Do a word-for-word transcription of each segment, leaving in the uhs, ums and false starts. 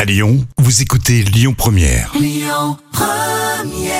À Lyon, vous écoutez Lyon Première. Lyon Première.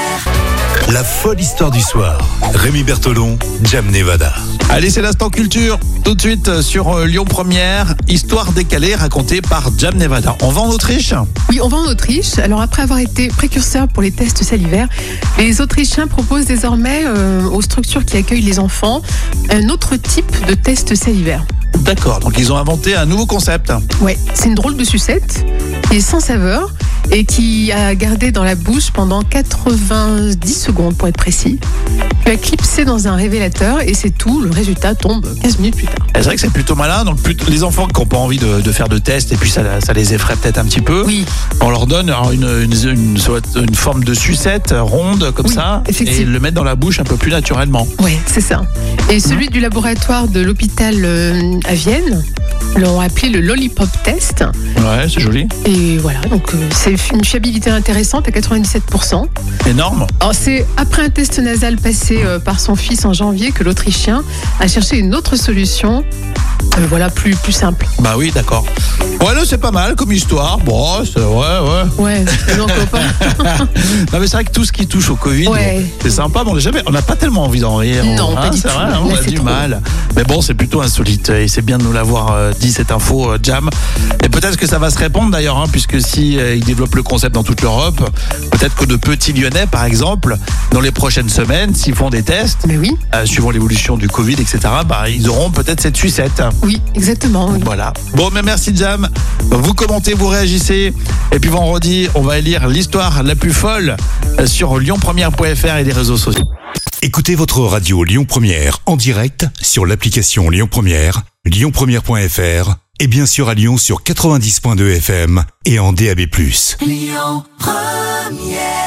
La folle histoire du soir. Rémi Bertolon, Jam Nevada. Allez, c'est l'instant culture. Tout de suite sur euh, Lyon Première, histoire décalée racontée par Jam Nevada. On va en Autriche ? Oui, on va en Autriche. Alors après avoir été précurseur pour les tests salivaires, les Autrichiens proposent désormais euh, aux structures qui accueillent les enfants un autre type de test salivaire. D'accord, donc ils ont inventé un nouveau concept. Ouais, c'est une drôle de sucette qui est sans saveur et qui a gardé dans la bouche pendant quatre-vingt-dix secondes pour être précis. Puis a clipsé dans un révélateur et c'est tout, le résultat tombe quinze minutes plus tard. Et c'est vrai que c'est plutôt malin, donc plutôt, les enfants qui n'ont pas envie de, de faire de tests et puis ça, ça les effraie peut-être un petit peu. Oui. On leur donne une, une, une, une forme de sucette ronde comme Oui, ça et effectivement. ils le mettent dans la bouche un peu plus naturellement. Ouais, c'est ça. Et celui du laboratoire de l'hôpital euh, à Vienne l'ont appelé le Lollipop Test. Ouais, c'est joli. Et voilà, donc euh, c'est une fiabilité intéressante à quatre-vingt-dix-sept pour cent. Énorme. Alors c'est après un test nasal passé euh, par son fils en janvier que l'Autrichien a cherché une autre solution, euh, voilà, plus, plus simple. Bah oui, d'accord. Ouais, là, c'est pas mal comme histoire. Bon, c'est, ouais, ouais. Ouais, non, pas. Non, mais c'est vrai que tout ce qui touche au Covid, Ouais. bon, c'est sympa, mais on n'a jamais, on n'a pas tellement envie d'en rire. Non, hein, pas du c'est tout. vrai, hein, on Là, a c'est du trop. mal. Mais bon, c'est plutôt insolite et c'est bien de nous l'avoir euh, dit cette info, euh, Jam. Et peut-être que ça va se répondre d'ailleurs, hein, puisque si euh, ils développent le concept dans toute l'Europe, peut-être que de petits Lyonnais, par exemple, dans les prochaines semaines, s'ils font des tests, Mais oui, euh, suivant l'évolution du Covid, et cetera, bah, ils auront peut-être cette sucette. oui, exactement. Oui. Voilà. Bon, mais merci Jam. Vous commentez, vous réagissez. Et puis vendredi, on va lire l'histoire la plus folle sur lyon première point f r et les réseaux sociaux. Écoutez votre radio Lyon Première en direct sur l'application Lyon Première, lyon première point f r et bien sûr à Lyon sur quatre-vingt-dix point deux F M et en D A B plus. Lyon Première.